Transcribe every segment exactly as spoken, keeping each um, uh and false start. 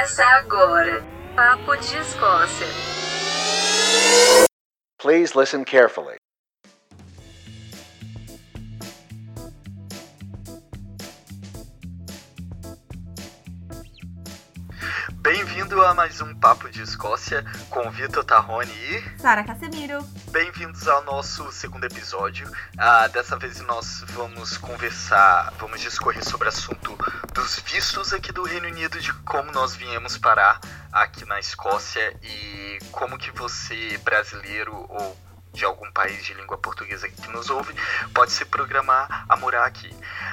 Começa agora. Papo de Escócia. Please listen carefully. Bem-vindo a mais um Papo de Escócia com Vitor Tarroni e Sara Casemiro. Bem-vindos ao nosso segundo episódio. Ah, dessa vez nós vamos conversar, vamos discorrer sobre o assunto dos vistos aqui do Reino Unido, de como nós viemos parar aqui na Escócia e como que você, brasileiro ou de algum país de língua portuguesa que nos ouve, pode se programar a morar aqui.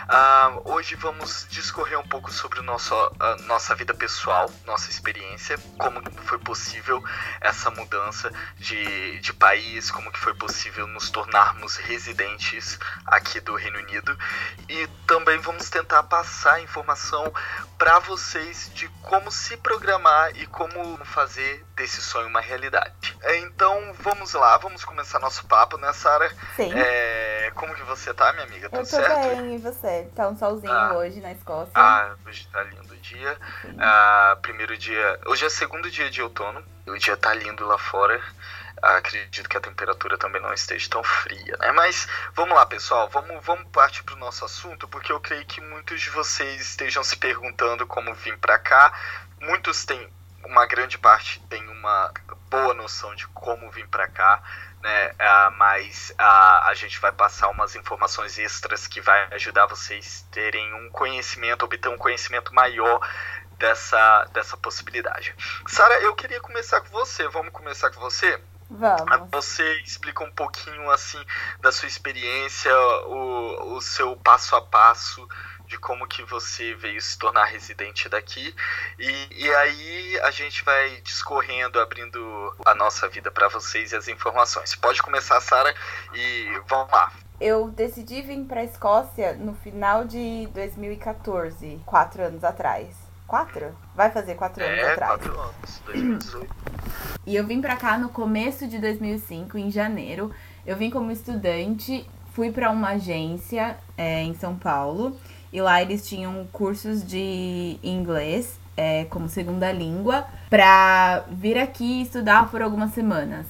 Uh, hoje vamos discorrer um pouco sobre o nosso, a nossa vida pessoal, nossa experiência, como que foi possível essa mudança de, de país, como que foi possível nos tornarmos residentes aqui do Reino Unido, e também vamos tentar passar informação para vocês de como se programar e como fazer desse sonho uma realidade. Então vamos lá, vamos começar nosso papo, né, Sara? Sim. É, como que você tá, minha amiga? Tudo Eu tô certo? bem, e você? Tá um solzinho Ah. hoje na Escócia. Ah, hoje tá lindo o dia. Ah, primeiro dia... Hoje é segundo dia de outono. O dia tá lindo lá fora. Ah, acredito que a temperatura também não esteja tão fria, né? Mas vamos lá, pessoal. Vamos, vamos partir pro nosso assunto, porque eu creio que muitos de vocês estejam se perguntando como vir pra cá. Muitos têm... Uma grande parte tem uma boa noção de como vir pra cá, né? Ah, mas ah, a gente vai passar umas informações extras que vai ajudar vocês a terem um conhecimento, obter um conhecimento maior dessa, dessa possibilidade. Sara, eu queria começar com você. Vamos começar com você? Vamos. Você explica um pouquinho assim da sua experiência, o, o seu passo a passo de como que você veio se tornar residente daqui, e, e aí a gente vai discorrendo, abrindo a nossa vida para vocês e as informações. Pode começar, Sara, e vamos lá. Eu decidi vir pra Escócia no final de dois mil e catorze, quatro anos atrás. Quatro? Vai fazer quatro anos É, atrás. quatro anos, dois mil e dezoito. E eu vim pra cá no começo de dois mil e cinco, em janeiro. Eu vim como estudante, fui pra uma agência é, em São Paulo. E lá eles tinham cursos de inglês é, como segunda língua pra vir aqui estudar por algumas semanas.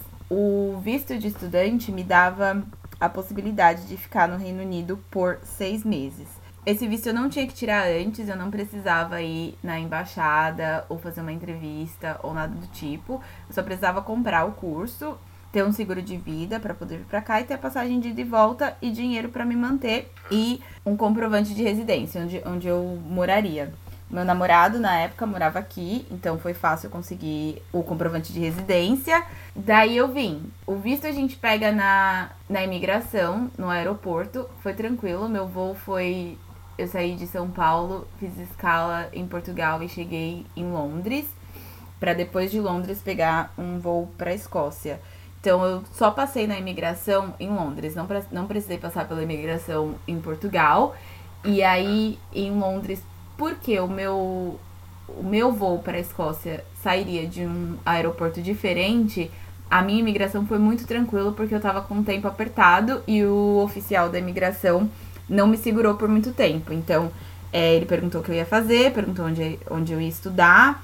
O visto de estudante me dava a possibilidade de ficar no Reino Unido por seis meses. Esse visto eu não tinha que tirar antes, eu não precisava ir na embaixada ou fazer uma entrevista ou nada do tipo. Eu só precisava comprar o curso, ter um seguro de vida para poder vir para cá e ter a passagem de ida e volta e dinheiro para me manter e um comprovante de residência, onde, onde eu moraria. Meu namorado, na época, morava aqui, então foi fácil eu conseguir o comprovante de residência. Daí eu vim. O visto a gente pega na, na imigração, no aeroporto. Foi tranquilo, meu voo foi... Eu saí de São Paulo, fiz escala em Portugal e cheguei em Londres, para depois de Londres pegar um voo para a Escócia. Então, eu só passei na imigração em Londres, não, pre- não precisei passar pela imigração em Portugal. E aí, em Londres, porque o meu, o meu voo para a Escócia sairia de um aeroporto diferente, a minha imigração foi muito tranquila, porque eu estava com o tempo apertado e o oficial da imigração não me segurou por muito tempo. Então, é, ele perguntou o que eu ia fazer, perguntou onde, onde eu ia estudar,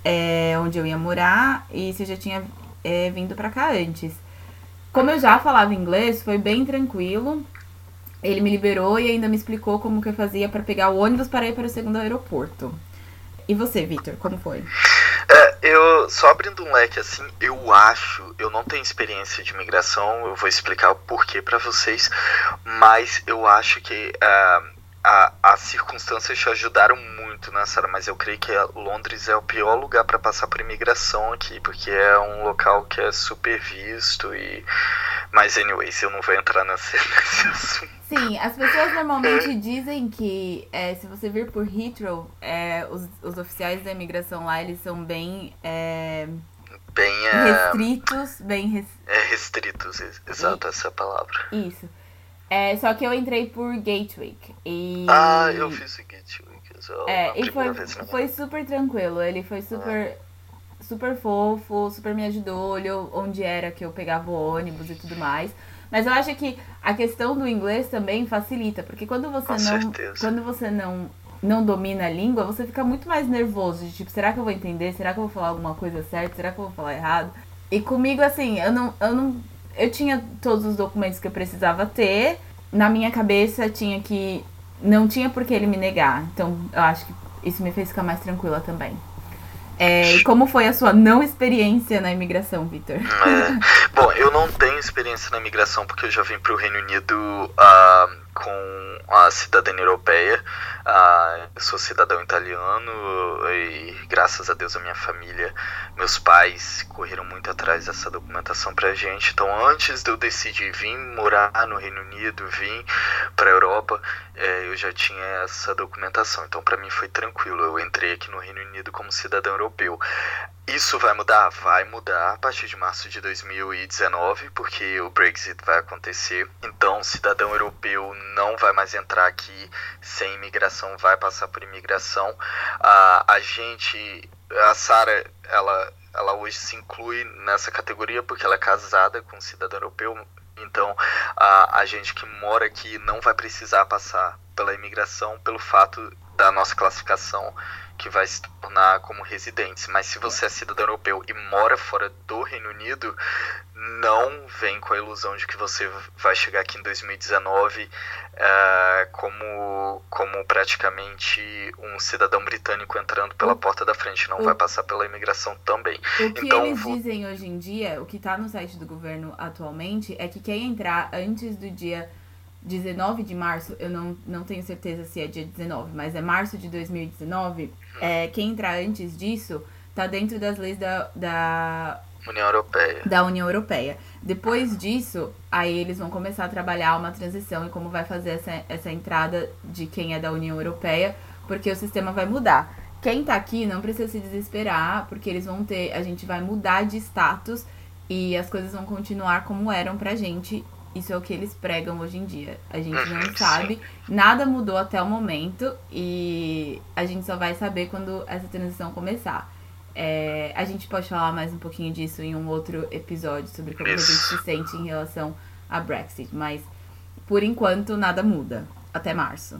é, onde eu ia morar e se eu já tinha... É, vindo pra cá antes. Como eu já falava inglês, foi bem tranquilo. Ele me liberou e ainda me explicou como que eu fazia pra pegar o ônibus para ir para o segundo aeroporto. E você, Vitor, como foi? É, eu, só abrindo um leque assim, eu acho, eu não tenho experiência de imigração, eu vou explicar o porquê pra vocês, mas eu acho que uh, a, as circunstâncias te ajudaram muito, né, Sara? Mas eu creio que Londres é o pior lugar para passar por imigração aqui, porque é um local que é super visto e... Mas, anyways, eu não vou entrar nesse, nesse assunto. Sim, as pessoas normalmente dizem que é, se você vir por Heathrow, é, os, os oficiais da imigração lá, eles são bem... É, bem... É, restritos, bem... Res... É, restritos, exato, e... essa é a palavra. Isso. É, só que eu entrei por Gatwick. E... Ah, eu fiz o Gatwick. É, e foi, foi super tranquilo. Ele foi super, ah. super fofo, super me ajudou, olhou onde era que eu pegava o ônibus e tudo mais. Mas eu acho que a questão do inglês também facilita, porque quando você Com não, certeza. quando você não não domina a língua, você fica muito mais nervoso. De, tipo, será que eu vou entender? Será que eu vou falar alguma coisa certa? Será que eu vou falar errado? E comigo, assim, eu não... Eu, não, eu tinha todos os documentos que eu precisava ter. Na minha cabeça, tinha que... Não tinha por que ele me negar. Então, eu acho que isso me fez ficar mais tranquila também. É, e como foi a sua não experiência na imigração, Victor? É. Bom, eu não tenho experiência na imigração porque eu já vim para o Reino Unido uh, com a cidadania europeia. Uh, eu sou cidadão italiano e, graças a Deus, a minha família, meus pais correram muito atrás dessa documentação pra gente. Então, antes de eu decidir vir morar no Reino Unido, vir para a Europa, é, eu já tinha essa documentação. Então, para mim foi tranquilo. Eu entrei aqui no Reino Unido como cidadão europeu. Isso vai mudar? Vai mudar a partir de março de dois mil e dezenove, porque o Brexit vai acontecer. Então, o cidadão europeu não vai mais entrar aqui sem imigração, vai passar por imigração. A, a gente, a Sarah, ela, ela hoje se inclui nessa categoria porque ela é casada com um cidadão europeu. Então, a, a gente que mora aqui não vai precisar passar pela imigração pelo fato da nossa classificação, que vai se tornar como residentes. Mas se você é cidadão europeu e mora fora do Reino Unido, não vem com a ilusão de que você vai chegar aqui em dois mil e dezenove uh, como, como praticamente um cidadão britânico entrando pela o, porta da frente. Não o, vai passar pela imigração também. O que então, eles vou... dizem hoje em dia, o que está no site do governo atualmente, é que quem entrar antes do dia dezenove de março, eu não, não tenho certeza se é dia dezenove, mas é março de dois mil e dezenove, é, quem entrar antes disso tá dentro das leis da, da União Europeia. Da União Europeia. Depois disso, aí eles vão começar a trabalhar uma transição e como vai fazer essa, essa entrada de quem é da União Europeia, porque o sistema vai mudar. Quem tá aqui não precisa se desesperar, porque eles vão ter, a gente vai mudar de status e as coisas vão continuar como eram pra gente. Isso é o que eles pregam hoje em dia. A gente não sabe. Nada mudou até o momento. E a gente só vai saber quando essa transição começar. É, a gente pode falar mais um pouquinho disso em um outro episódio. Sobre como Isso. a gente se sente em relação a Brexit. Mas, por enquanto, nada muda. Até março.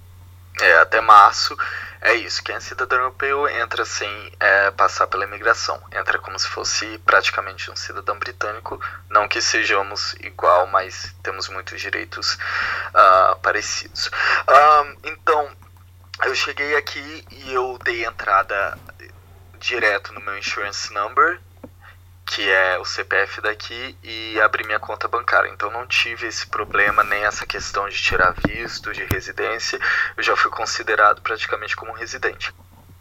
É, até março. É isso. Quem é cidadão europeu entra sem é, passar pela imigração. Entra como se fosse praticamente um cidadão britânico. Não que sejamos igual, mas temos muitos direitos uh, parecidos. Uh, então, eu cheguei aqui e eu dei entrada direto no meu insurance number, que é o C P F daqui, e abri minha conta bancária. Então não tive esse problema, nem essa questão de tirar visto de residência. Eu já fui considerado praticamente como residente.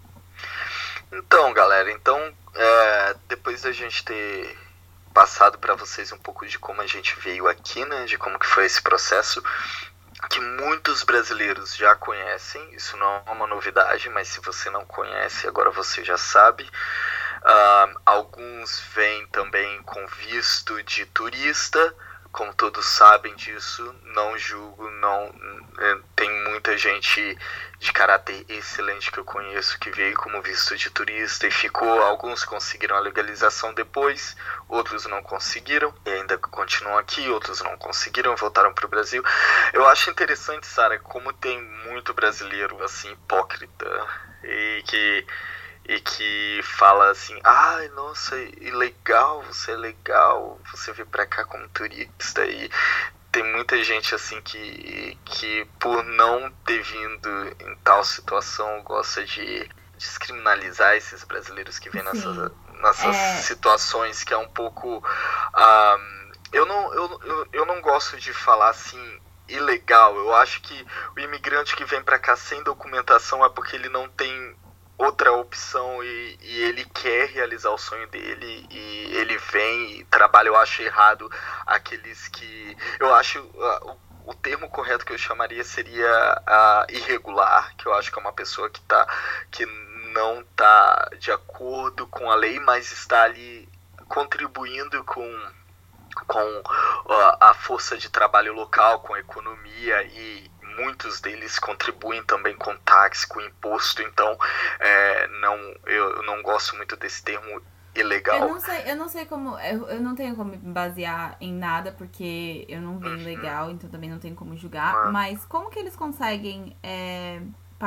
Então, galera, então é, depois da gente ter passado para vocês um pouco de como a gente veio aqui, né, de como que foi esse processo, que muitos brasileiros já conhecem, isso não é uma novidade, mas se você não conhece, agora você já sabe. Uh, alguns vêm também com visto de turista, como todos sabem disso, não julgo, não, tem muita gente de caráter excelente que eu conheço que veio como visto de turista e ficou, alguns conseguiram a legalização depois, outros não conseguiram e ainda continuam aqui, outros não conseguiram, voltaram para o Brasil. Eu acho interessante, Sarah, como tem muito brasileiro assim, hipócrita, e que E que fala assim, ai, nossa, e legal, você é legal, você veio pra cá como turista. E tem muita gente assim que, que por não ter vindo em tal situação, gosta de descriminalizar esses brasileiros que vêm nessas, nessas é... situações que é um pouco... Um, eu, não, eu, eu, eu não gosto de falar assim... ilegal. Eu acho que o imigrante que vem pra cá sem documentação é porque ele não tem outra opção e, e ele quer realizar o sonho dele e ele vem e trabalha. Eu acho errado aqueles que... Eu acho... Uh, o, o termo correto que eu chamaria seria uh, irregular, que eu acho que é uma pessoa que, tá, que não está de acordo com a lei, mas está ali contribuindo com... com uh, a força de trabalho local, com a economia, e muitos deles contribuem também com táxi, com imposto. Então é, não, eu, eu não gosto muito desse termo ilegal. Eu não sei, eu não sei como, eu, eu não tenho como me basear em nada, porque eu não venho uhum. legal, então também não tenho como julgar, uhum. mas como que eles conseguem é, pagar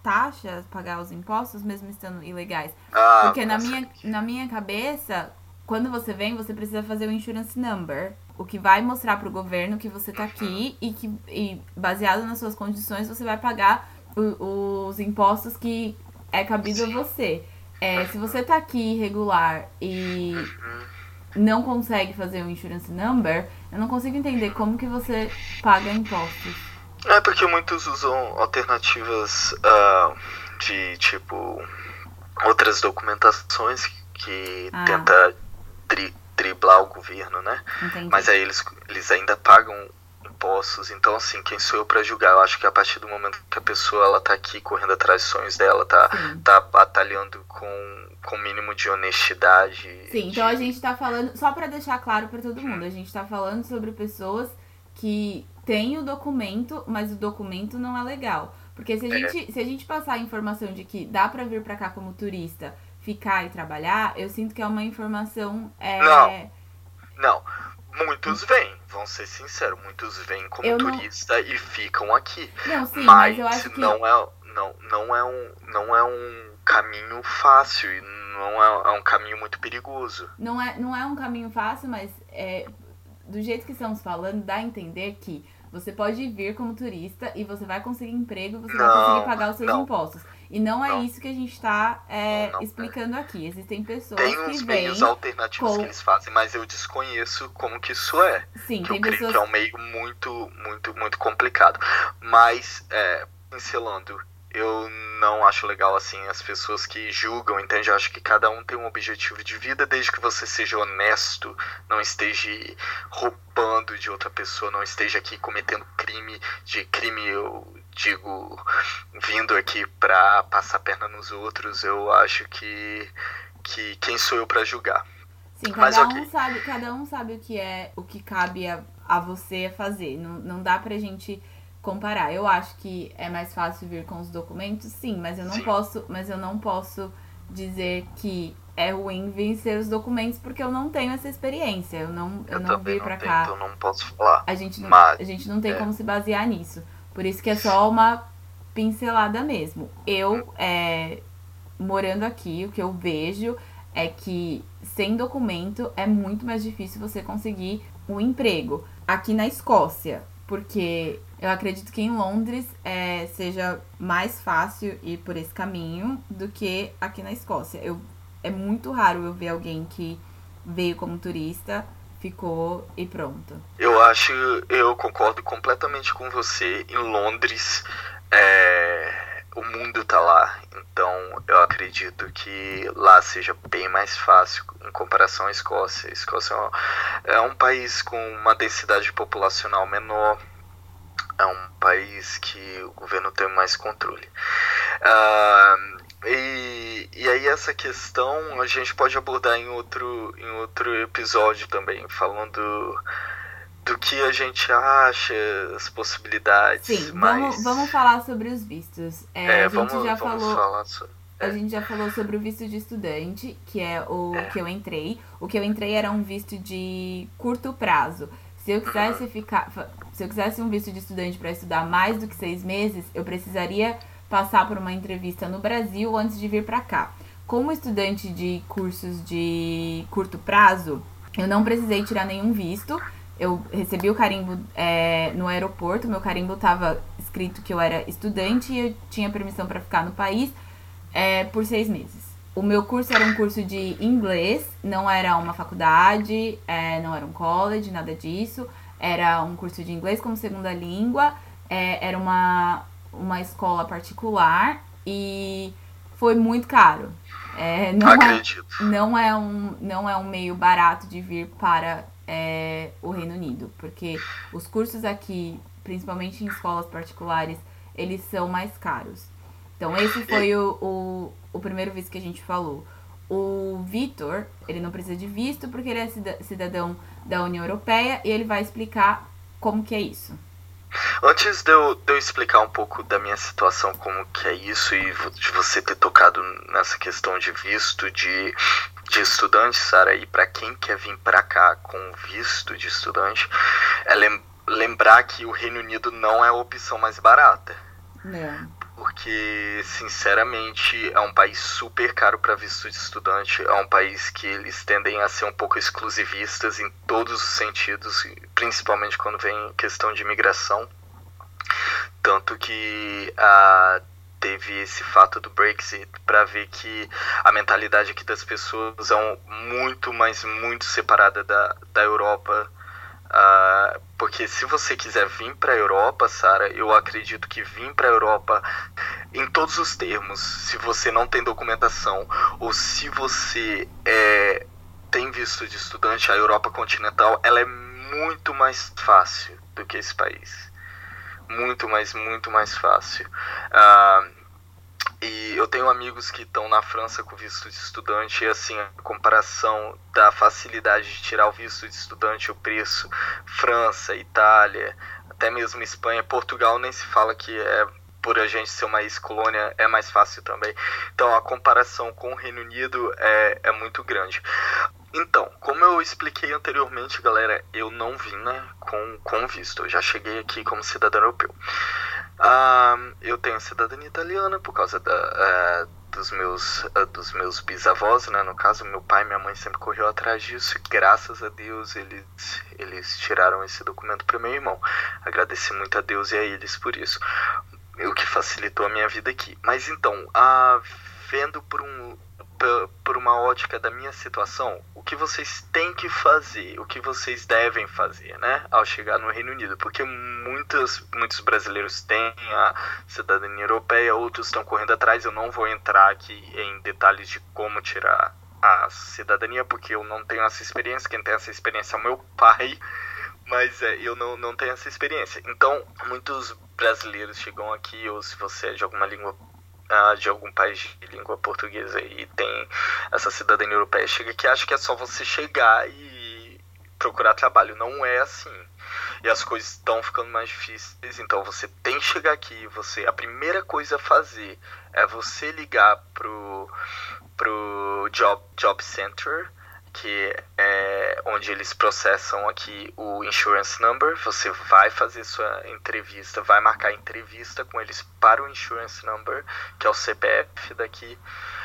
taxas, pagar os impostos, mesmo estando ilegais. Ah, Porque na com minha, certeza. na minha cabeça, quando você vem, você precisa fazer o insurance number. O que vai mostrar pro governo que você tá aqui e que, e baseado nas suas condições, você vai pagar o- os impostos que é cabido a você. É, se você tá aqui irregular e não consegue fazer o insurance number, eu não consigo entender como que você paga impostos. É porque muitos usam alternativas ah, de tipo outras documentações que Ah. tenta dri- driblar o governo, né? Entendi. Mas aí eles, eles ainda pagam impostos. Então, assim, quem sou eu pra julgar? Eu acho que a partir do momento que a pessoa ela tá aqui correndo atrás dos sonhos dela, tá, Sim. tá batalhando com com o mínimo de honestidade. Sim, então a gente tá falando, só pra deixar claro pra todo mundo, a gente tá falando sobre pessoas que têm o documento, mas o documento não é legal. Porque se a É. gente, se a gente passar a informação de que dá pra vir pra cá como turista, ficar e trabalhar, eu sinto que é uma informação... É... Não. Não, muitos vêm, vamos ser sinceros, muitos vêm como Eu não- turista e ficam aqui. Não, sim, mas mas eu acho que... não é não, não é um não é um caminho fácil e não é, é um caminho muito perigoso. Não é, não é um caminho fácil, mas é, do jeito que estamos falando, dá a entender que você pode vir como turista e você vai conseguir emprego, você vai Não, conseguir pagar os seus não. impostos. E não é Não. isso que a gente está é, Não, não. explicando aqui. Existem pessoas Tem que uns vêm... meios alternativos com- que eles fazem, mas eu desconheço como que isso é. Sim, Que tem eu creio pessoas... que é um meio muito, muito, muito complicado. Mas, é, pincelando, eu não acho legal, assim, as pessoas que julgam, entende? Eu acho que cada um tem um objetivo de vida, desde que você seja honesto, não esteja roubando de outra pessoa, não esteja aqui cometendo crime, de crime eu digo, vindo aqui pra passar a perna nos outros. Eu acho que, que quem sou eu pra julgar? Sim, Mas cada ok. um sabe, cada um sabe o que é, o que cabe a, a você fazer. Não, não dá pra gente comparar. Eu acho que é mais fácil vir com os documentos, sim, mas eu não Sim. posso, mas eu não posso dizer que é ruim vencer os documentos porque eu não tenho essa experiência. Eu não, eu Eu não também vim não pra tenho, cá. então não posso falar. A gente não, Mas, a gente não tem é. como se basear nisso. Por isso que é só uma pincelada mesmo. Eu, é, morando aqui, o que eu vejo é que sem documento é muito mais difícil você conseguir um emprego. Aqui na Escócia, porque eu acredito que em Londres é, seja mais fácil ir por esse caminho do que aqui na Escócia. Eu, é muito raro eu ver alguém que veio como turista, ficou e pronto. Eu acho, eu concordo completamente com você. Em Londres, é, o mundo tá lá, então eu acredito que lá seja bem mais fácil em comparação à Escócia. A Escócia é um, é um país com uma densidade populacional menor, é um país que o governo tem mais controle. Ah, e, e aí essa questão a gente pode abordar em outro, em outro episódio também, falando do que a gente acha, as possibilidades. Sim, mas, vamos, vamos falar sobre os vistos. É, é, a gente vamos, já vamos falou. falar sobre... A gente já falou sobre o visto de estudante, que é o É. que eu entrei. O que eu entrei era um visto de curto prazo. Se eu quisesse ficar, fa- se eu quisesse um visto de estudante para estudar mais do que seis meses, eu precisaria passar por uma entrevista no Brasil antes de vir para cá. Como estudante de cursos de curto prazo, eu não precisei tirar nenhum visto. Eu recebi o carimbo é, no aeroporto. Meu carimbo estava escrito que eu era estudante e eu tinha permissão para ficar no país é, por seis meses. O meu curso era um curso de inglês, não era uma faculdade, é, não era um college, nada disso. Era um curso de inglês como segunda língua, é, era uma, uma escola particular e foi muito caro. É, não, é, Acredito. não, é um, não é um meio barato de vir para é, o Reino Unido, porque os cursos aqui, principalmente em escolas particulares, eles são mais caros. Então esse foi o, o, o primeiro visto que a gente falou. O Vitor, ele não precisa de visto porque ele é cida- cidadão da União Europeia e ele vai explicar como que é isso. Antes de eu, de eu explicar um pouco da minha situação, como que é isso, e vo- de você ter tocado nessa questão de visto de, de estudante, Sara, e para quem quer vir para cá com visto de estudante, é lem- lembrar que o Reino Unido não é a opção mais barata. Não. porque, sinceramente, é um país super caro para visto de estudante, é um país que eles tendem a ser um pouco exclusivistas em todos os sentidos, principalmente quando vem questão de imigração. Tanto que a teve esse fato do Brexit para ver que a mentalidade aqui das pessoas é um, muito, mas muito separada da, da Europa. Uh, porque se você quiser vir para a Europa, Sara, eu acredito que vir para a Europa em todos os termos, se você não tem documentação ou se você é, tem visto de estudante, a Europa continental ela é muito mais fácil do que esse país. Muito mais, muito mais fácil. Uh, e eu tenho amigos que estão na França com visto de estudante e assim, a comparação da facilidade de tirar o visto de estudante, o preço, França, Itália, até mesmo Espanha, Portugal nem se fala que é, por a gente ser uma ex-colônia, é mais fácil também. Então a comparação com o Reino Unido é, é muito grande. Então, como eu expliquei anteriormente, galera, eu não vim, né, com, com visto. Eu já cheguei aqui como cidadão europeu. Ah, eu tenho cidadania italiana por causa da, uh, dos, meus, uh, dos meus bisavós, né? No caso, meu pai e minha mãe sempre correu atrás disso. E graças a Deus, eles, eles tiraram esse documento para meu irmão. Agradeci muito a Deus e a eles por isso. O que facilitou a minha vida aqui. Mas então, uh, vendo por um... por uma ótica da minha situação, o que vocês têm que fazer, o que vocês devem fazer, né, ao chegar no Reino Unido, porque muitos, muitos brasileiros têm a cidadania europeia, outros estão correndo atrás. Eu não vou entrar aqui em detalhes de como tirar a cidadania, porque eu não tenho essa experiência. Quem tem essa experiência é o meu pai, mas é, eu não, não tenho essa experiência. Então, muitos brasileiros chegam aqui, ou se você é de alguma língua de algum país de língua portuguesa e tem essa cidadania europeia, chega aqui e acha que é só você chegar e procurar trabalho. Não é assim. E as coisas estão ficando mais difíceis, então você tem que chegar aqui. Você, a primeira coisa a fazer é você ligar pro, pro job, job Center, que é onde eles processam aqui o Insurance Number. Você vai fazer sua entrevista, vai marcar entrevista com eles para o Insurance Number, que é o C P F daqui.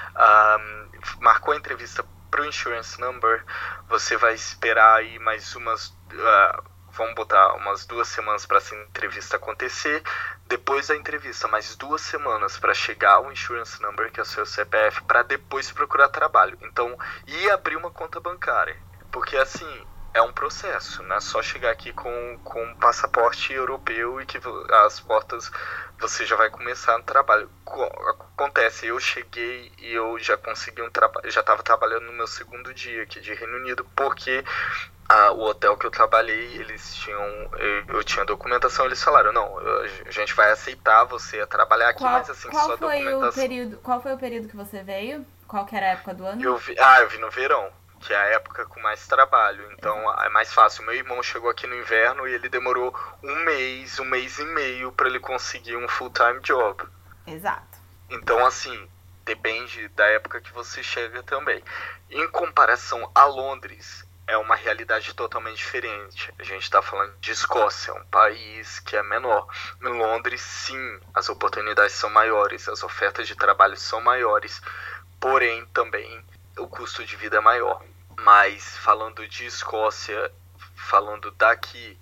Um, marcou a entrevista para o Insurance Number, você vai esperar aí mais umas... Uh, vamos botar umas duas semanas para essa entrevista acontecer. Depois da entrevista, mais duas semanas para chegar ao Insurance Number, que é o seu C P F, para depois procurar trabalho. Então, e abrir uma conta bancária. Porque, assim, é um processo. Não é só chegar aqui com, com um passaporte europeu e que as portas você já vai começar no trabalho. Acontece, eu cheguei e eu já consegui um trabalho. Já estava trabalhando no meu segundo dia aqui de Reino Unido, porque... Ah, o hotel que eu trabalhei, eles tinham, eu, eu tinha documentação, eles falaram, não, a gente vai aceitar você a trabalhar aqui, qual, mas assim, qual só foi documentação. O período, qual foi o período que você veio? Qual que era a época do ano? Eu vi, ah, eu vi no verão, que é a época com mais trabalho, então uhum. é mais fácil. Meu irmão chegou aqui no inverno e ele demorou um mês, um mês e meio para ele conseguir um full-time job. Exato. Então, assim, depende da época que você chega também. Em comparação a Londres, é uma realidade totalmente diferente. A gente está falando de Escócia, um país que é menor. Em Londres, sim, as oportunidades são maiores, as ofertas de trabalho são maiores, porém, também, o custo de vida é maior. Mas, falando de Escócia, falando daqui,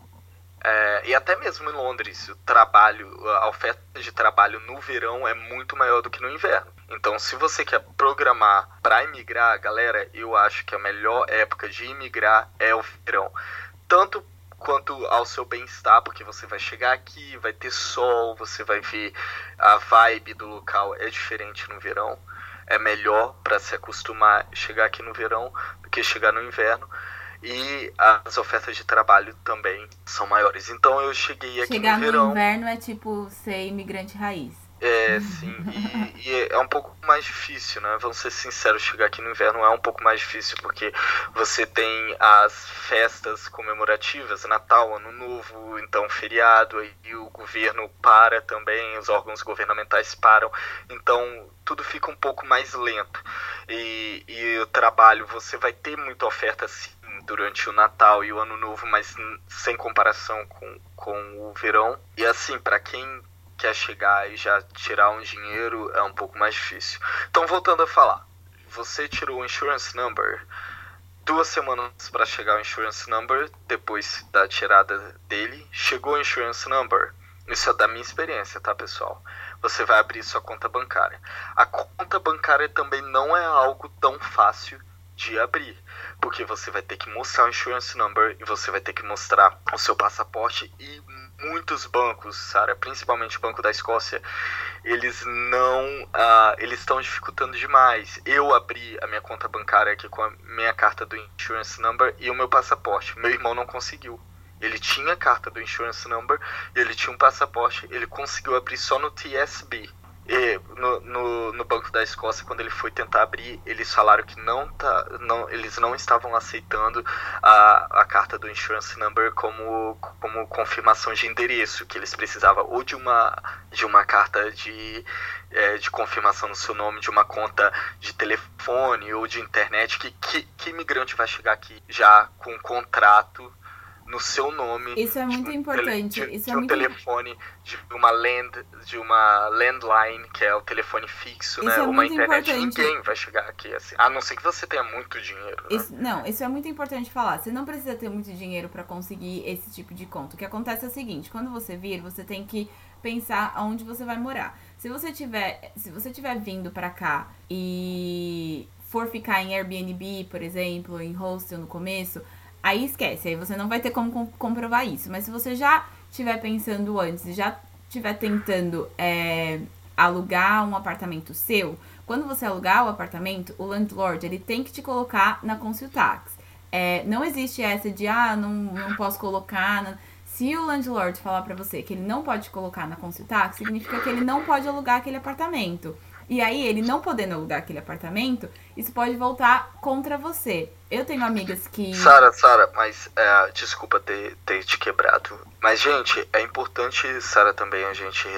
é, e até mesmo em Londres, o trabalho, a oferta de trabalho no verão é muito maior do que no inverno. Então, se você quer programar para imigrar, galera, eu acho que a melhor época de imigrar é o verão. Tanto quanto ao seu bem-estar, porque você vai chegar aqui, vai ter sol, você vai ver a vibe do local é diferente no verão. É melhor para se acostumar chegar aqui no verão do que chegar no inverno. E as ofertas de trabalho também são maiores. Então, eu cheguei aqui chegar no verão... Chegar no inverno é tipo ser imigrante raiz. É, sim, e, e é um pouco mais difícil, né? Vamos ser sinceros, chegar aqui no inverno é um pouco mais difícil, porque você tem as festas comemorativas, Natal, Ano Novo, então feriado, e o governo para também, os órgãos governamentais param, então tudo fica um pouco mais lento. E, e o trabalho, você vai ter muita oferta sim durante o Natal e o Ano Novo, mas sem comparação com, com o verão. E assim, para quem quer chegar e já tirar um dinheiro é um pouco mais difícil. Então, voltando a falar, você tirou o insurance number, duas semanas para chegar o insurance number, depois da tirada dele, chegou o insurance number. Isso é da minha experiência, tá, pessoal? Você vai abrir sua conta bancária. A conta bancária também não é algo tão fácil de abrir, porque você vai ter que mostrar o insurance number e você vai ter que mostrar o seu passaporte, e muitos bancos, Sara, principalmente o Banco da Escócia, eles não, uh, eles estão dificultando demais. Eu abri a minha conta bancária aqui com a minha carta do insurance number e o meu passaporte. Meu irmão não conseguiu. Ele tinha a carta do insurance number e ele tinha um passaporte. Ele conseguiu abrir só no T S B. E no, no, no Banco da Escócia, quando ele foi tentar abrir, eles falaram que não tá, não, eles não estavam aceitando a, a carta do insurance number como, como confirmação de endereço, que eles precisavam ou de uma, de uma carta de, é, de confirmação no seu nome, de uma conta de telefone ou de internet. Que, que, que imigrante vai chegar aqui já com um contrato no seu nome? Isso é muito de um importante. Tele, de, Isso de é um muito... telefone, de uma land, de uma landline, que é o telefone fixo, Isso né? é Uma muito internet. importante. Ninguém vai chegar aqui assim. A não ser que você tenha muito dinheiro, né? Isso, não, isso é muito importante falar. Você não precisa ter muito dinheiro para conseguir esse tipo de conta. O que acontece é o seguinte: quando você vir, você tem que pensar aonde você vai morar. Se você tiver, se você tiver vindo para cá e for ficar em Airbnb, por exemplo, em hostel no começo, aí esquece, aí você não vai ter como comprovar isso. Mas se você já estiver pensando antes, já estiver tentando é, alugar um apartamento seu, quando você alugar o apartamento, o landlord, ele tem que te colocar na council tax. É, não existe essa de, ah, não, não posso colocar... Na... Se o landlord falar pra você que ele não pode te colocar na council tax, significa que ele não pode alugar aquele apartamento. E aí, ele não podendo alugar aquele apartamento, isso pode voltar contra você. Eu tenho amigas que... Sara, Sara, mas é, desculpa ter, ter te quebrado. Mas, gente, é importante, Sara, também a gente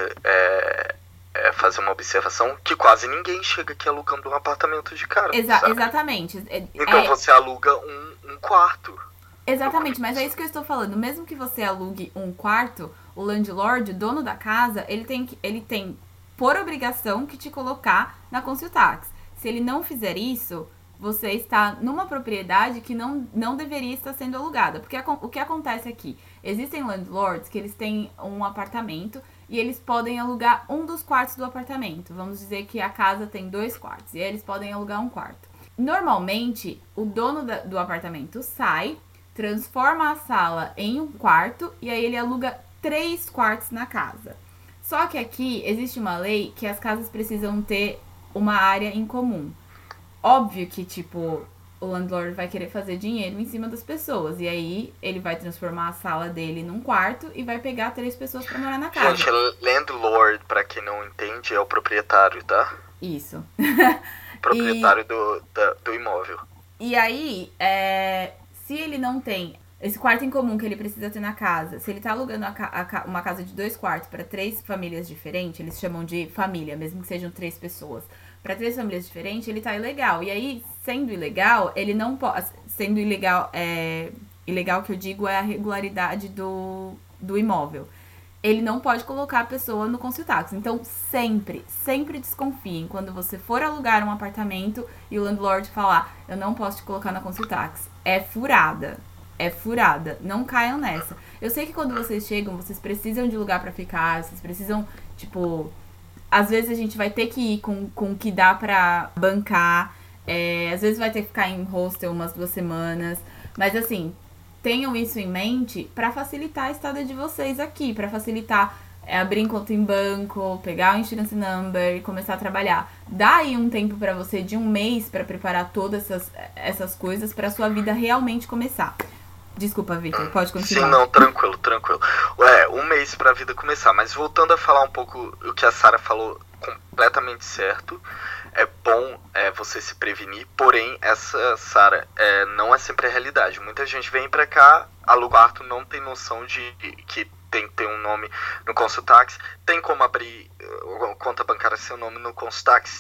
é, é, fazer uma observação que quase ninguém chega aqui alugando um apartamento de cara. Exa- exatamente. É, então é... você aluga um, um quarto. Exatamente, mas é isso que eu estou falando. Mesmo que você alugue um quarto, o landlord, o dono da casa, ele tem, que, ele tem por obrigação que te colocar na council tax. Se ele não fizer isso, você está numa propriedade que não, não deveria estar sendo alugada. Porque a, o que acontece aqui? Existem landlords que eles têm um apartamento e eles podem alugar um dos quartos do apartamento. Vamos dizer que a casa tem dois quartos e aí eles podem alugar um quarto. Normalmente, o dono da, do apartamento sai, transforma a sala em um quarto e aí ele aluga três quartos na casa. Só que aqui existe uma lei que as casas precisam ter uma área em comum. Óbvio que, tipo, o landlord vai querer fazer dinheiro em cima das pessoas. E aí ele vai transformar a sala dele num quarto e vai pegar três pessoas pra morar na casa. Gente, landlord, pra quem não entende, é o proprietário, tá? Isso. Proprietário e... do, da, do imóvel. E aí, é... se ele não tem esse quarto em comum que ele precisa ter na casa, se ele tá alugando a ca- a ca- uma casa de dois quartos para três famílias diferentes, eles chamam de família, mesmo que sejam três pessoas, para três famílias diferentes, ele tá ilegal. E aí, sendo ilegal, ele não pode... Sendo ilegal, é... ilegal que eu digo é a regularidade do, do imóvel. Ele não pode colocar a pessoa no council tax. Então, sempre, sempre desconfiem quando você for alugar um apartamento e o landlord falar, eu não posso te colocar na council tax. É furada. É furada. Não caiam nessa. Eu sei que quando vocês chegam, vocês precisam de lugar pra ficar, vocês precisam, tipo... Às vezes a gente vai ter que ir com, com o que dá pra bancar. É, às vezes vai ter que ficar em hostel umas duas semanas. Mas assim, tenham isso em mente pra facilitar a estada de vocês aqui. Pra facilitar é, abrir conta em banco, pegar o insurance number e começar a trabalhar. Dá aí um tempo pra você de um mês pra preparar todas essas, essas coisas pra sua vida realmente começar. Desculpa, Victor, pode continuar. Sim, não, tranquilo, tranquilo. É, um mês pra vida começar. Mas voltando a falar um pouco o que a Sara falou, completamente certo. É bom é, você se prevenir, porém, essa, Sara, é, não é sempre a realidade. Muita gente vem pra cá, aluga quarto, não tem noção de que tem que ter um nome no council tax. Tem como abrir uh, conta bancária seu nome no council tax? Tem.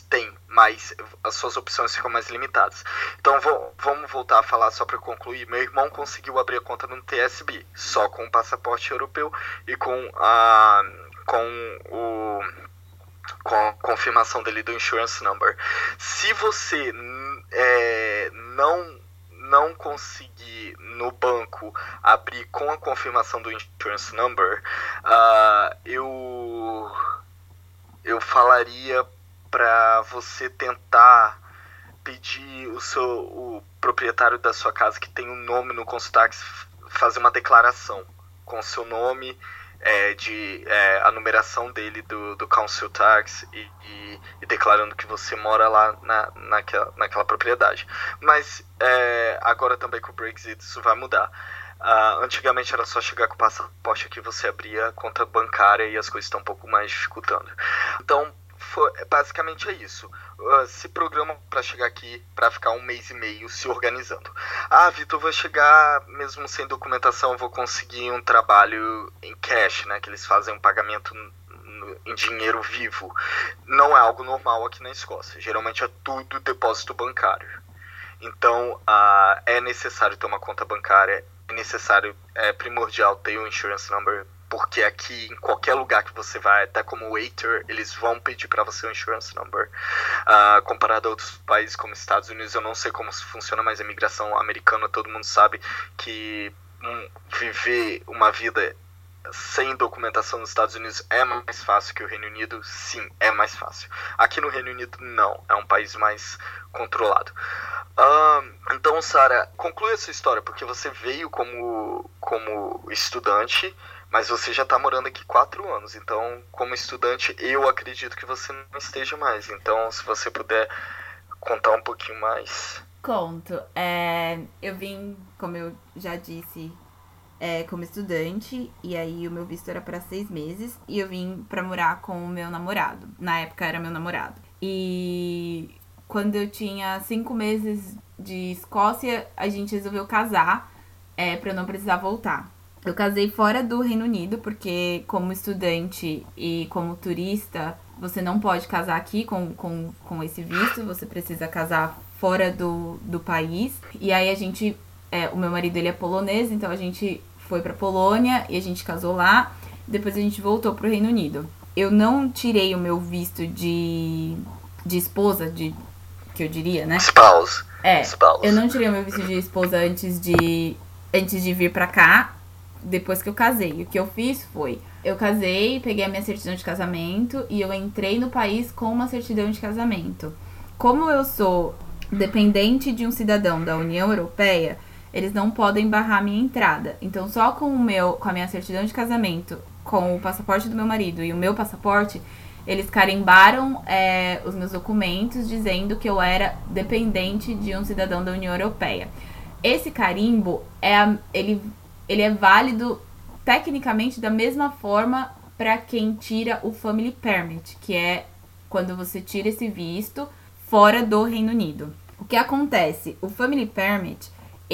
mas as suas opções ficam mais limitadas. Então vou, vamos voltar a falar só para concluir. Meu irmão conseguiu abrir a conta no T S B, só com o passaporte europeu e com a, com o, com a confirmação dele do insurance number. Se você é, não, não conseguir no banco abrir com a confirmação do insurance number, uh, eu, eu falaria para você tentar pedir o seu o proprietário da sua casa que tem um nome no Consultax fazer uma declaração com o seu nome, é, de é, a numeração dele do, do Council Tax e, e, e declarando que você mora lá na, naquela, naquela propriedade. Mas é, agora também com o Brexit isso vai mudar. Uh, antigamente era só chegar com o passaporte aqui, você abria conta bancária e as coisas estão um pouco mais dificultando. Então foi, basicamente é isso. Uh, se programa para chegar aqui, para ficar um mês e meio se organizando. Ah, Vitor, vou chegar mesmo sem documentação, vou conseguir um trabalho em cash, né? Que eles fazem um pagamento em dinheiro vivo. Não é algo normal aqui na Escócia. Geralmente é tudo depósito bancário. Então uh, é necessário ter uma conta bancária, é necessário, é primordial ter um insurance number, porque aqui, em qualquer lugar que você vai, até como waiter, eles vão pedir para você um insurance number. Uh, comparado a outros países como Estados Unidos, eu não sei como funciona, mas a imigração americana, todo mundo sabe que um, viver uma vida sem documentação nos Estados Unidos é mais fácil que o Reino Unido. Sim, é mais fácil. Aqui no Reino Unido, não. É um país mais controlado. Uh, então, Sara, conclui essa história, porque você veio como, como estudante, mas você já está morando aqui quatro anos, então, como estudante, eu acredito que você não esteja mais. Então, se você puder contar um pouquinho mais. Conto. É, eu vim, como eu já disse, é, como estudante, e aí o meu visto era para seis meses, e eu vim para morar com o meu namorado. Na época era meu namorado. E quando eu tinha cinco meses de Escócia, a gente resolveu casar, é, para eu não precisar voltar. Eu casei fora do Reino Unido, porque como estudante e como turista, você não pode casar aqui com, com, com esse visto, você precisa casar fora do, do país. E aí a gente, é, o meu marido ele é polonês, então a gente foi pra Polônia e a gente casou lá, depois a gente voltou pro Reino Unido. Eu não tirei o meu visto de, de esposa, de, que eu diria, né? Spouse. É, Spouse. Eu não tirei o meu visto de esposa antes de, antes de vir pra cá, depois que eu casei. O que eu fiz foi, eu casei, peguei a minha certidão de casamento e eu entrei no país com uma certidão de casamento. Como eu sou dependente de um cidadão da União Europeia, eles não podem barrar a minha entrada. Então, só com o meu, com a minha certidão de casamento, com o passaporte do meu marido e o meu passaporte, eles carimbaram é, os meus documentos dizendo que eu era dependente de um cidadão da União Europeia. Esse carimbo, é a, ele, ele é válido tecnicamente da mesma forma para quem tira o Family Permit, que é quando você tira esse visto fora do Reino Unido. O que acontece? O Family Permit,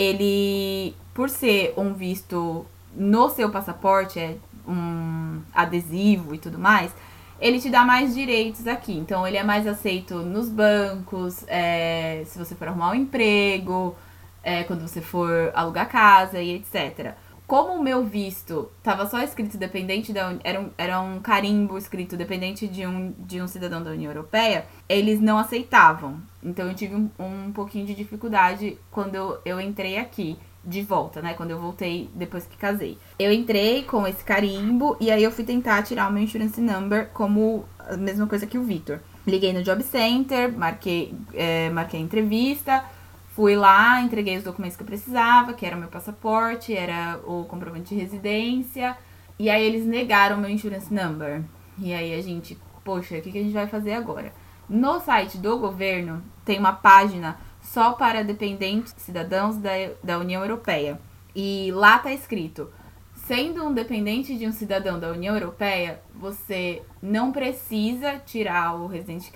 ele, por ser um visto no seu passaporte, é um adesivo e tudo mais, ele te dá mais direitos aqui. Então, ele é mais aceito nos bancos, é, se você for arrumar um emprego, é, quando você for alugar casa e etcétera. Como o meu visto estava só escrito dependente da União, era um, era um carimbo escrito dependente de um, de um cidadão da União Europeia, eles não aceitavam. Então eu tive um, um pouquinho de dificuldade quando eu, eu entrei aqui, de volta, né? Quando eu voltei depois que casei. Eu entrei com esse carimbo e aí eu fui tentar tirar o meu insurance number como a mesma coisa que o Vitor. Liguei no Job Center, marquei, é, marquei a entrevista. Fui lá, entreguei os documentos que eu precisava, que era o meu passaporte, era o comprovante de residência. E aí eles negaram o meu insurance number. E aí a gente, poxa, o que, que a gente vai fazer agora? No site do governo tem uma página só para dependentes cidadãos da, da União Europeia. E lá tá escrito, sendo um dependente de um cidadão da União Europeia, você não precisa tirar o Residence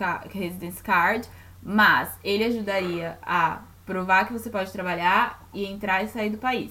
Card, mas ele ajudaria a provar que você pode trabalhar e entrar e sair do país.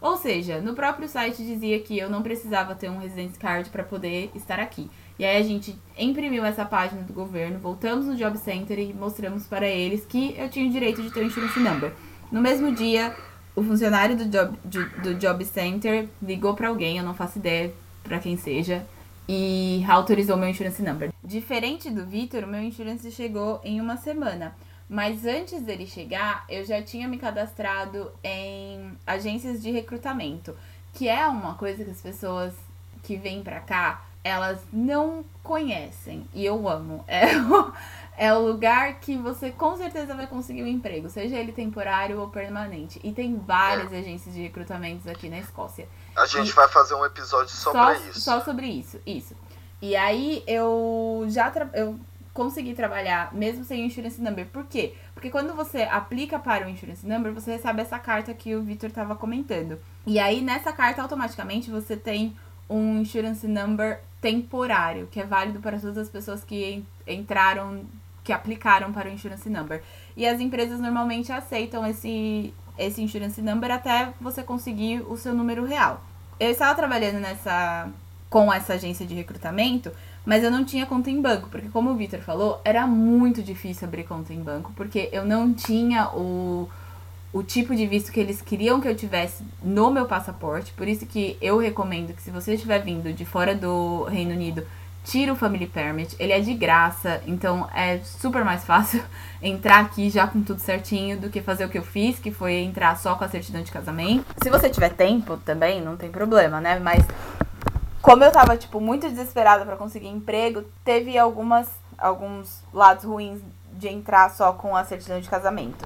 Ou seja, no próprio site dizia que eu não precisava ter um Residence Card para poder estar aqui. E aí a gente imprimiu essa página do governo, voltamos no Job Center e mostramos para eles que eu tinha o direito de ter o Insurance Number. No mesmo dia, o funcionário do Job, do Job Center ligou para alguém, eu não faço ideia para quem seja, e autorizou meu Insurance Number. Diferente do Vitor, o meu Insurance chegou em uma semana. Mas antes dele chegar, eu já tinha me cadastrado em agências de recrutamento, que é uma coisa que as pessoas que vêm pra cá, elas não conhecem. E eu amo. É o, é o lugar que você com certeza vai conseguir um emprego, seja ele temporário ou permanente. E tem várias é. agências de recrutamentos aqui na Escócia. A gente e vai fazer um episódio só, só pra isso. Só sobre isso, isso. E aí eu já... Tra- eu consegui trabalhar mesmo sem o Insurance Number. Por quê? Porque quando você aplica para o Insurance Number, você recebe essa carta que o Vitor estava comentando. E aí, nessa carta, automaticamente, você tem um Insurance Number temporário, que é válido para todas as pessoas que entraram, que aplicaram para o Insurance Number. E as empresas normalmente aceitam esse, esse Insurance Number até você conseguir o seu número real. Eu estava trabalhando nessa, com essa agência de recrutamento, mas eu não tinha conta em banco, porque como o Vitor falou, era muito difícil abrir conta em banco, porque eu não tinha o, o tipo de visto que eles queriam que eu tivesse no meu passaporte. Por isso que eu recomendo que se você estiver vindo de fora do Reino Unido, tira o Family Permit, ele é de graça, então é super mais fácil entrar aqui já com tudo certinho do que fazer o que eu fiz, que foi entrar só com a certidão de casamento. Se você tiver tempo também, não tem problema, né, mas... Como eu tava, tipo, muito desesperada pra conseguir emprego, teve algumas, alguns lados ruins de entrar só com a certidão de casamento.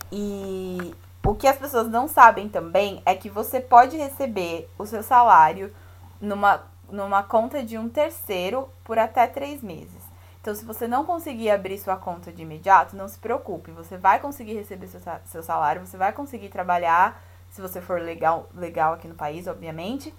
E o que as pessoas não sabem também é que você pode receber o seu salário numa, numa conta de um terceiro por até três meses. Então, se você não conseguir abrir sua conta de imediato, não se preocupe. Você vai conseguir receber seu, seu salário, você vai conseguir trabalhar, se você for legal, legal aqui no país, obviamente,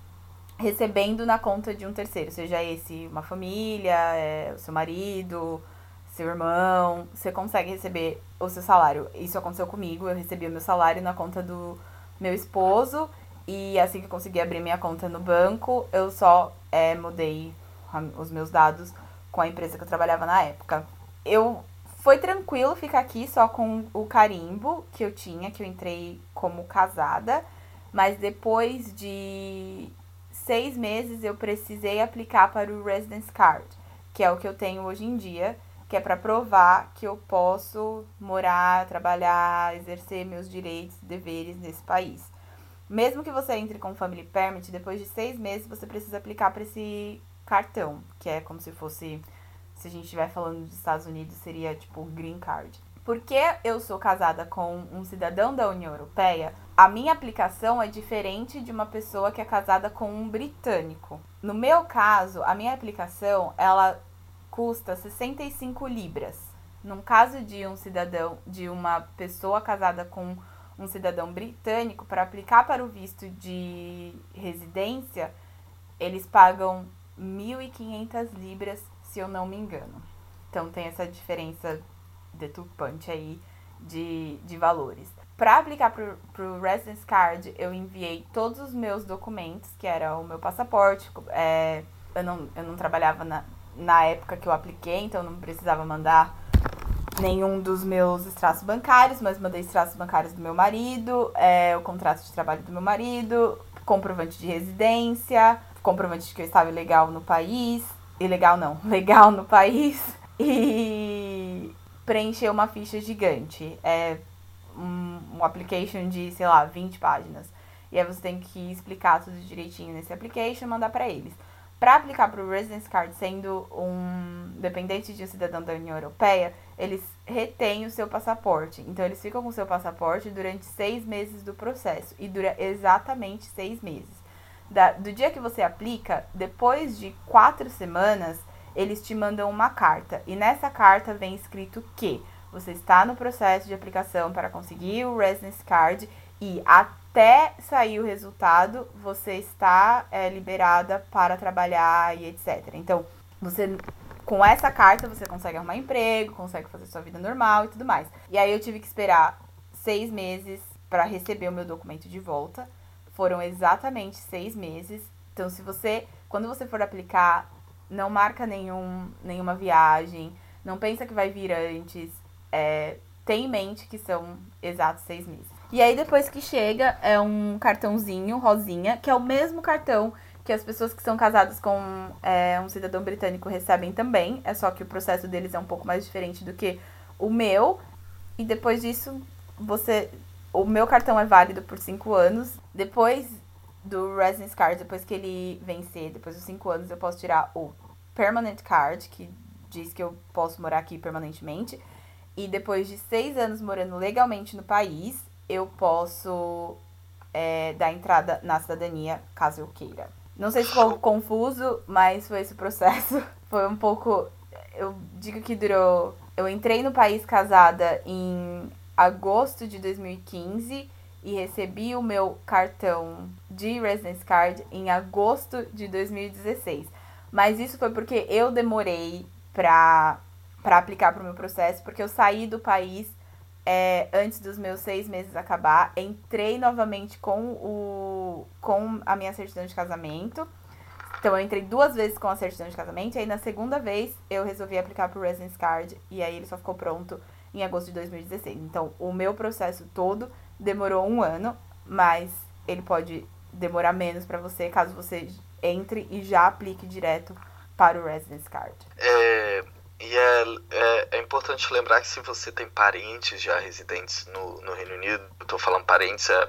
recebendo na conta de um terceiro, seja esse uma família, é, o seu marido, seu irmão, você consegue receber o seu salário. Isso aconteceu comigo, eu recebi o meu salário na conta do meu esposo, e assim que eu consegui abrir minha conta no banco, eu só é, mudei os meus dados com a empresa que eu trabalhava na época. Eu, foi tranquilo ficar aqui só com o carimbo que eu tinha, que eu entrei como casada, mas depois de seis meses eu precisei aplicar para o Residence Card, que é o que eu tenho hoje em dia, que é para provar que eu posso morar, trabalhar, exercer meus direitos e deveres nesse país. Mesmo que você entre com Family Permit, depois de seis meses você precisa aplicar para esse cartão, que é como se fosse, se a gente estiver falando dos Estados Unidos, seria tipo Green Card. Porque eu sou casada com um cidadão da União Europeia, a minha aplicação é diferente de uma pessoa que é casada com um britânico. No meu caso, a minha aplicação, ela custa sessenta e cinco libras. No caso de um cidadão, de uma pessoa casada com um cidadão britânico, para aplicar para o visto de residência, eles pagam mil e quinhentas libras, se eu não me engano. Então tem essa diferença deturpante aí de, de valores. Para aplicar pro, pro Residence Card, eu enviei todos os meus documentos, que era o meu passaporte. É, eu, não, eu não trabalhava na, na época que eu apliquei, então eu não precisava mandar nenhum dos meus extratos bancários, mas mandei extratos bancários do meu marido, é, o contrato de trabalho do meu marido, comprovante de residência, comprovante de que eu estava ilegal no país. Ilegal não, legal no país. E preencher uma ficha gigante. É um, um application de, sei lá, vinte páginas. E aí você tem que explicar tudo direitinho nesse application e mandar pra eles. Para aplicar para o Residence Card, sendo um dependente de um cidadão da União Europeia, eles retêm o seu passaporte. Então, eles ficam com o seu passaporte durante seis meses do processo. E dura exatamente seis meses. Da, do dia que você aplica, depois de quatro semanas, eles te mandam uma carta. E nessa carta vem escrito que você está no processo de aplicação para conseguir o Residence Card e até sair o resultado, você está é, liberada para trabalhar e etcétera. Então, você, com essa carta, você consegue arrumar emprego, consegue fazer sua vida normal e tudo mais. E aí eu tive que esperar seis meses para receber o meu documento de volta. foram exatamente seis meses. Então, se você, quando você for aplicar, não marca nenhum, nenhuma viagem, não pensa que vai vir antes, é, tem em mente que são exatos seis meses. E aí, depois que chega, é um cartãozinho rosinha, que é o mesmo cartão que as pessoas que são casadas com é, um cidadão britânico recebem também, é só que o processo deles é um pouco mais diferente do que o meu. E depois disso, você, o meu cartão é válido por cinco anos. Depois do Residence Card, depois que ele vencer, depois dos cinco anos, eu posso tirar o Permanent Card, que diz que eu posso morar aqui permanentemente. E depois de seis anos morando legalmente no país, eu posso é, dar entrada na cidadania, caso eu queira. Não sei se ficou confuso, mas foi esse o processo. Foi um pouco... Eu digo que durou... Eu entrei no país casada em agosto de dois mil e quinze e recebi o meu cartão de Residence Card em agosto de dois mil e dezesseis. Mas isso foi porque eu demorei pra, pra aplicar pro meu processo, porque eu saí do país é, antes dos meus seis meses acabar, entrei novamente com, o, com a minha certidão de casamento. Então, eu entrei duas vezes com a certidão de casamento, e aí na segunda vez eu resolvi aplicar pro Residence Card, e aí ele só ficou pronto em agosto de dois mil e dezesseis. Então, o meu processo todo demorou um ano, mas ele pode demorar menos pra você, caso você entre e já aplique direto para o Residence Card. É, e é, é, é importante lembrar que se você tem parentes já residentes no, no Reino Unido, eu tô falando parentes, é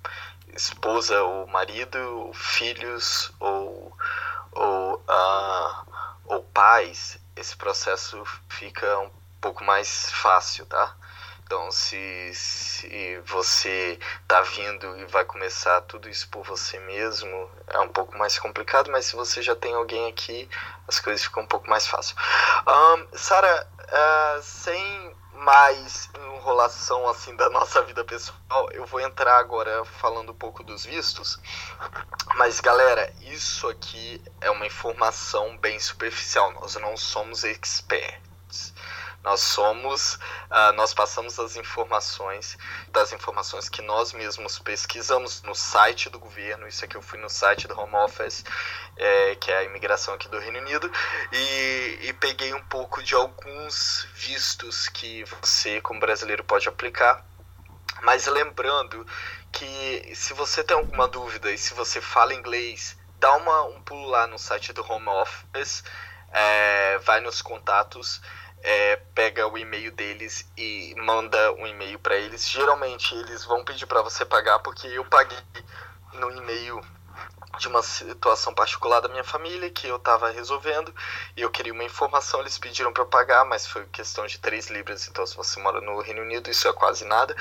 esposa ou marido, filhos ou, ou, uh, ou pais, esse processo fica um pouco mais fácil, tá? Então, se, se você tá vindo e vai começar tudo isso por você mesmo, é um pouco mais complicado, mas se você já tem alguém aqui, as coisas ficam um pouco mais fáceis. Um, Sara, uh, sem mais enrolação assim da nossa vida pessoal, eu vou entrar agora falando um pouco dos vistos. Mas, galera, isso aqui é uma informação bem superficial. Nós não somos experts. Nós somos, uh, nós passamos as informações, das informações que nós mesmos pesquisamos no site do governo. Isso aqui eu fui no site do Home Office, é, que é a imigração aqui do Reino Unido, e, e peguei um pouco de alguns vistos que você, como brasileiro, pode aplicar. Mas lembrando que se você tem alguma dúvida e se você fala inglês, dá uma, um pulo lá no site do Home Office, é, vai nos contatos, É, pega o e-mail deles e manda um e-mail para eles. Geralmente eles vão pedir para você pagar, porque eu paguei no e-mail de uma situação particular da minha família que eu estava resolvendo e eu queria uma informação. Eles pediram para eu pagar, mas foi questão de três libras. Então, se você mora no Reino Unido, isso é quase nada.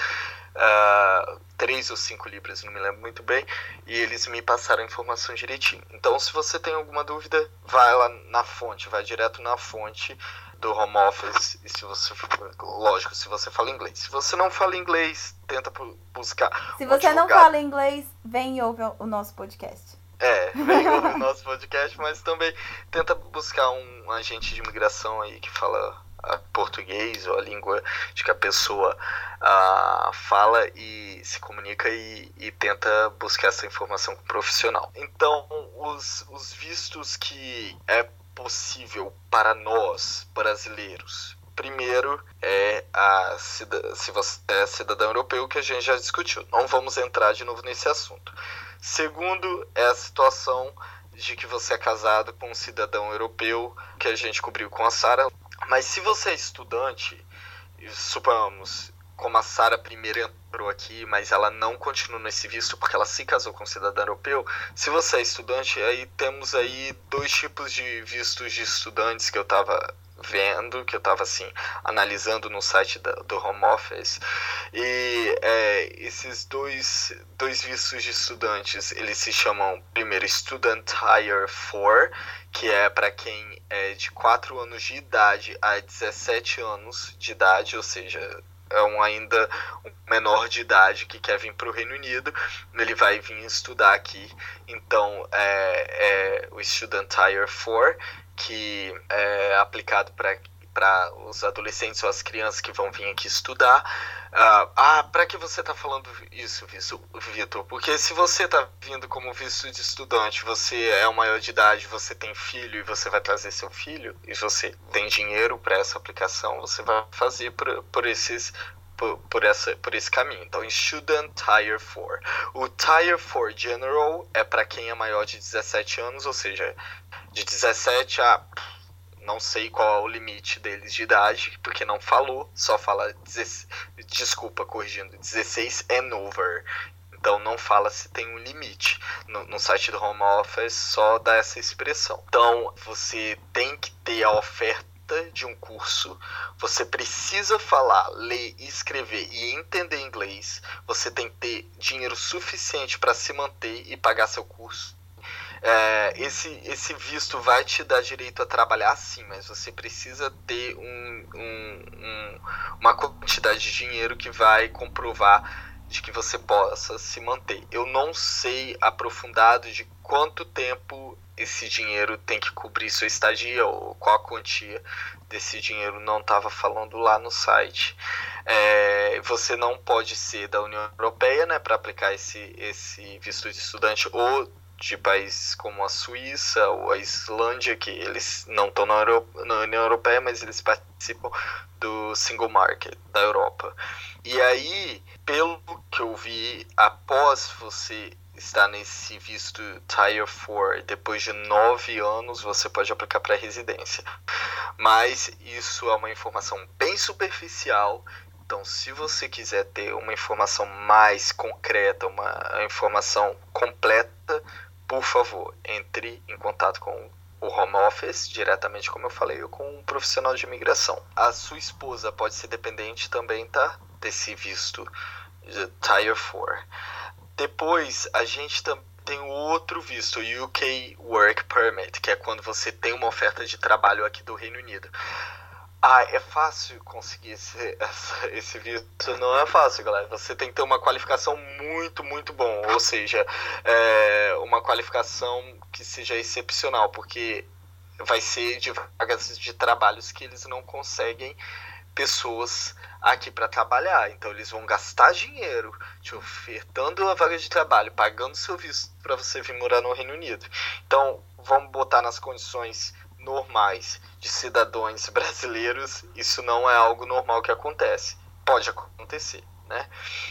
Uh, três ou cinco libras, não me lembro muito bem, e eles me passaram a informação direitinho. Então, se você tem alguma dúvida, vai lá na fonte, vai direto na fonte do Home Office, e se você, lógico, se você fala inglês. Se você não fala inglês, tenta buscar Se um você advogado. não fala inglês, vem e ouve o nosso podcast. É, vem ouvir o nosso podcast, mas também tenta buscar um agente de imigração aí que fala a português ou a língua de que a pessoa uh, fala e se comunica e, e tenta buscar essa informação com um profissional. Então, os, os vistos que é possível para nós, brasileiros. Primeiro é a cida- se você é cidadão europeu, que a gente já discutiu. Não vamos entrar de novo nesse assunto. Segundo é a situação de que você é casado com um cidadão europeu, que a gente cobriu com a Sara. Mas se você é estudante, suponhamos, como a Sara primeiro entrou aqui, mas ela não continua nesse visto porque ela se casou com um cidadão europeu. Se você é estudante, aí temos aí dois tipos de vistos de estudantes que eu estava vendo, que eu estava assim, analisando no site da, do Home Office. E é, esses dois, dois vistos de estudantes, eles se chamam, primeiro, Student Hire quatro, que é para quem é de quatro anos de idade a dezessete anos de idade, ou seja, é um ainda um menor de idade que quer vir para o Reino Unido. Ele vai vir estudar aqui. Então, é, é o Student Hire quatro, que é aplicado para para os adolescentes ou as crianças que vão vir aqui estudar. Uh, ah, para que você está falando isso, Vitor? Porque se você está vindo como visto de estudante, você é o maior de idade, você tem filho e você vai trazer seu filho, e você tem dinheiro para essa aplicação, você vai fazer por, por esses... Por, por, essa, por esse caminho. Então, Student Tier quatro. O Tier quatro General é para quem é maior de dezessete anos, ou seja, de dezessete a... não sei qual é o limite deles de idade, porque não falou, só fala... dezesseis, desculpa, corrigindo, dezesseis and over. Então, não fala se tem um limite. No, no site do Home Office só dá essa expressão. Então, você tem que ter a oferta de um curso, você precisa falar, ler, escrever e entender inglês, você tem que ter dinheiro suficiente para se manter e pagar seu curso. É, esse, esse visto vai te dar direito a trabalhar sim, mas você precisa ter um, um, um, uma quantidade de dinheiro que vai comprovar de que você possa se manter. Eu não sei aprofundado de quanto tempo esse dinheiro tem que cobrir sua estadia ou qual a quantia desse dinheiro, não estava falando lá no site. É, você não pode ser da União Europeia, né, para aplicar esse, esse visto de estudante, ou de países como a Suíça ou a Islândia, que eles não estão na, na União Europeia, mas eles participam do Single Market da Europa. E aí, pelo que eu vi, após você estar nesse visto Tier quatro, depois de nove anos, você pode aplicar para residência. Mas isso é uma informação bem superficial. Então, se você quiser ter uma informação mais concreta, uma informação completa, por favor, entre em contato com o Home Office, diretamente, como eu falei, ou com um profissional de imigração. A sua esposa pode ser dependente também, tá? Desse visto Tier quatro. Depois, a gente também tem o outro visto, o U K Work Permit, que é quando você tem uma oferta de trabalho aqui do Reino Unido. Ah, é fácil conseguir esse, essa, esse visto? Não é fácil, galera. Você tem que ter uma qualificação muito, muito bom. Ou seja, é, uma qualificação que seja excepcional, porque vai ser de vagas de trabalhos que eles não conseguem pessoas aqui para trabalhar. Então, eles vão gastar dinheiro te ofertando a vaga de trabalho, pagando seu visto para você vir morar no Reino Unido. Então, vamos botar nas condições normais de cidadãos brasileiros, isso não é algo normal que acontece. Pode acontecer, né?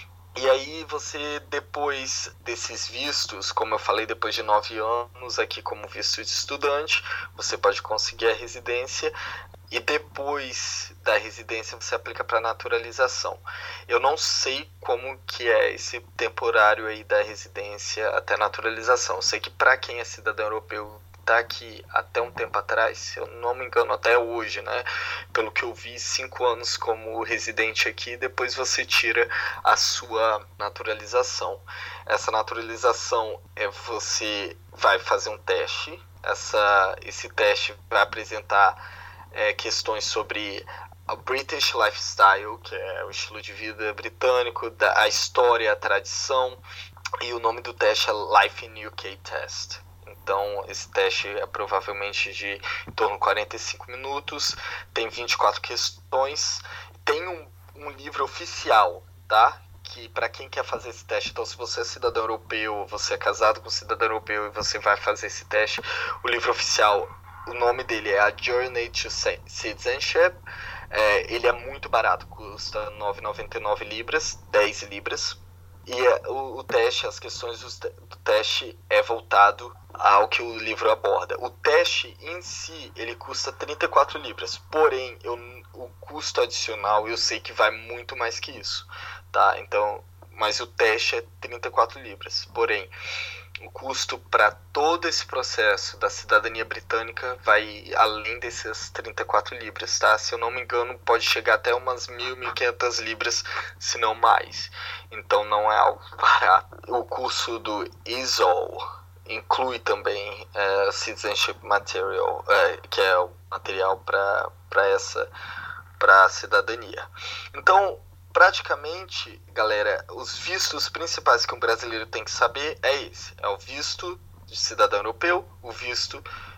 E aí você, depois desses vistos, como eu falei, depois de nove anos aqui como visto de estudante, você pode conseguir a residência e depois da residência você aplica para naturalização. Eu não sei como que é esse temporário aí da residência até naturalização. Eu sei que para quem é cidadão europeu tá aqui até um tempo atrás, se eu não me engano até hoje, né? Pelo que eu vi, cinco anos como residente aqui, depois você tira a sua naturalização. Essa naturalização é você vai fazer um teste, essa, esse teste vai apresentar é, questões sobre o British Lifestyle, que é o estilo de vida britânico, da, a história, a tradição, e o nome do teste é Life in U K Test. Então, esse teste é provavelmente de em torno de quarenta e cinco minutos, tem vinte e quatro questões, tem um, um livro oficial, tá? Que para quem quer fazer esse teste, então se você é cidadão europeu, você é casado com um cidadão europeu e você vai fazer esse teste, o livro oficial, o nome dele é A Journey to Citizenship, é, ele é muito barato, custa nove reais e noventa e nove libras, dez libras. E o, o teste, as questões do, do teste é voltado ao que o livro aborda. O teste em si, ele custa trinta e quatro libras, porém, eu, o custo adicional eu sei que vai muito mais que isso, tá? Então, mas o teste é trinta e quatro libras, porém, o custo para todo esse processo da cidadania britânica vai além dessas trinta e quatro libras, tá? Se eu não me engano, pode chegar até umas mil, mil e quinhentas libras, se não mais. Então não é algo barato. O curso do I S O L inclui também é, Citizenship Material, é, que é o material para essa para cidadania. Então, praticamente, galera, os vistos principais que um brasileiro tem que saber é esse. É o visto de cidadão europeu, o visto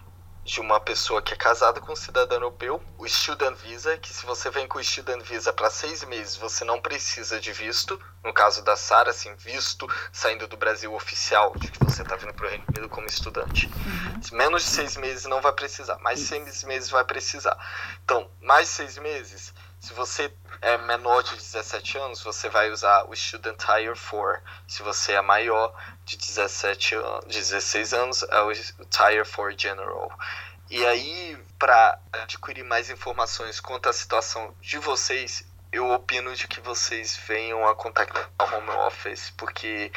de uma pessoa que é casada com um cidadão europeu, o Student Visa, que se você vem com o Student Visa para seis meses, você não precisa de visto. No caso da Sara, assim, visto saindo do Brasil oficial, de que você está vindo para o Reino Unido como estudante. Uhum. Menos de seis meses não vai precisar, mais de seis meses vai precisar. Então, mais de seis meses, se você é menor de dezessete anos, você vai usar o Student Tier quatro. Se você é maior de dezessete anos, dezesseis anos, é o Tier quatro General. E aí, para adquirir mais informações quanto à situação de vocês, eu opino de que vocês venham a contactar a Home Office, porque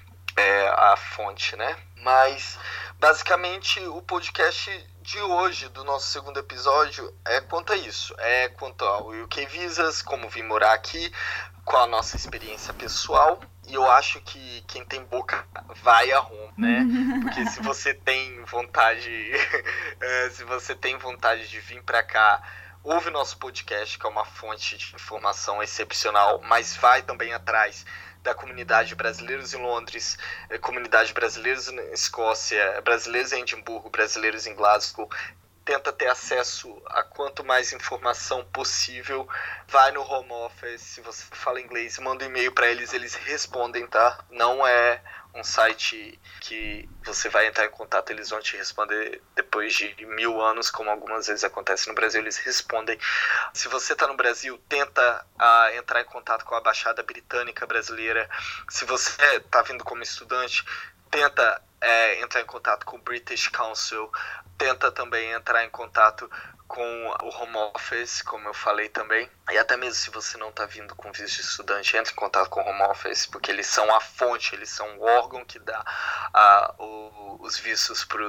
é a fonte, né? Mas, basicamente, o podcast de hoje, do nosso segundo episódio, é quanto a isso. É quanto ao U K Visas, como vim morar aqui, qual a nossa experiência pessoal. E eu acho que quem tem boca vai a Roma, né? Porque se você tem vontade, se você tem vontade de vir pra cá, ouve nosso podcast, que é uma fonte de informação excepcional, mas vai também atrás da comunidade brasileiros em Londres, comunidade brasileiros na Escócia, brasileiros em Edimburgo, brasileiros em Glasgow. Tenta ter acesso a quanto mais informação possível. Vai no Home Office, se você fala inglês, manda um e-mail para eles, eles respondem, tá? Não é um site que você vai entrar em contato, eles vão te responder depois de mil anos, como algumas vezes acontece no Brasil, eles respondem. Se você está no Brasil, tenta uh, entrar em contato com a Embaixada Britânica Brasileira. Se você está vindo como estudante, tenta é, entrar em contato com o British Council. Tenta também entrar em contato com o Home Office, como eu falei também. E até mesmo se você não está vindo com visto de estudante, entre em contato com o Home Office, porque eles são a fonte, eles são o órgão que dá uh, o, os vistos para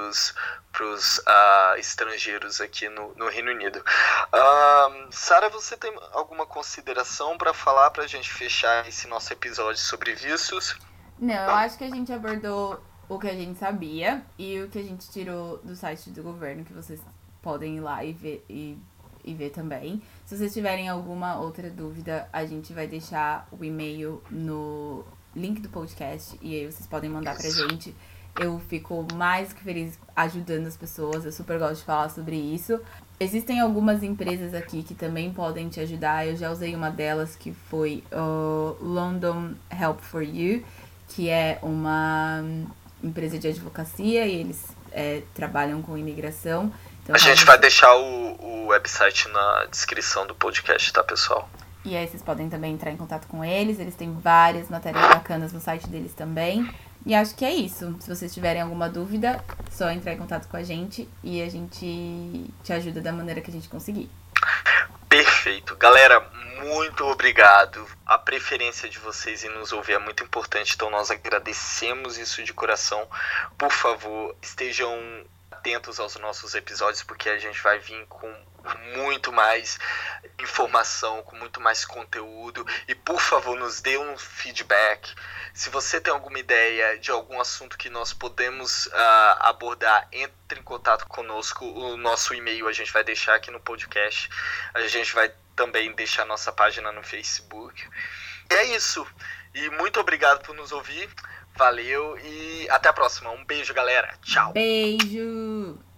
os uh, estrangeiros aqui no, no Reino Unido. Uh, Sara, você tem alguma consideração para falar, para a gente fechar esse nosso episódio sobre vistos? Não, eu acho que a gente abordou o que a gente sabia e o que a gente tirou do site do governo, que vocês podem ir lá e ver, e, e ver também. Se vocês tiverem alguma outra dúvida, a gente vai deixar o e-mail no link do podcast e aí vocês podem mandar pra gente. Eu fico mais que feliz ajudando as pessoas, eu super gosto de falar sobre isso. Existem algumas empresas aqui que também podem te ajudar. Eu já usei uma delas, que foi o London Help for You, que é uma empresa de advocacia e eles é, trabalham com imigração. Então, a gente vai deixar o, o website na descrição do podcast, tá, pessoal? E aí vocês podem também entrar em contato com eles, eles têm várias matérias bacanas no site deles também. E acho que é isso. Se vocês tiverem alguma dúvida, só entrar em contato com a gente e a gente te ajuda da maneira que a gente conseguir. Perfeito. Galera, muito obrigado. A preferência de vocês em nos ouvir é muito importante, então nós agradecemos isso de coração. Por favor, estejam atentos aos nossos episódios, porque a gente vai vir com muito mais informação, com muito mais conteúdo. E por favor, nos dê um feedback. Se você tem alguma ideia de algum assunto que nós podemos uh, abordar, entre em contato conosco. O nosso e-mail a gente vai deixar aqui no podcast. A gente vai também deixar nossa página no Facebook. E é isso. E muito obrigado por nos ouvir. Valeu e até a próxima. Um beijo, galera. Tchau. Beijo.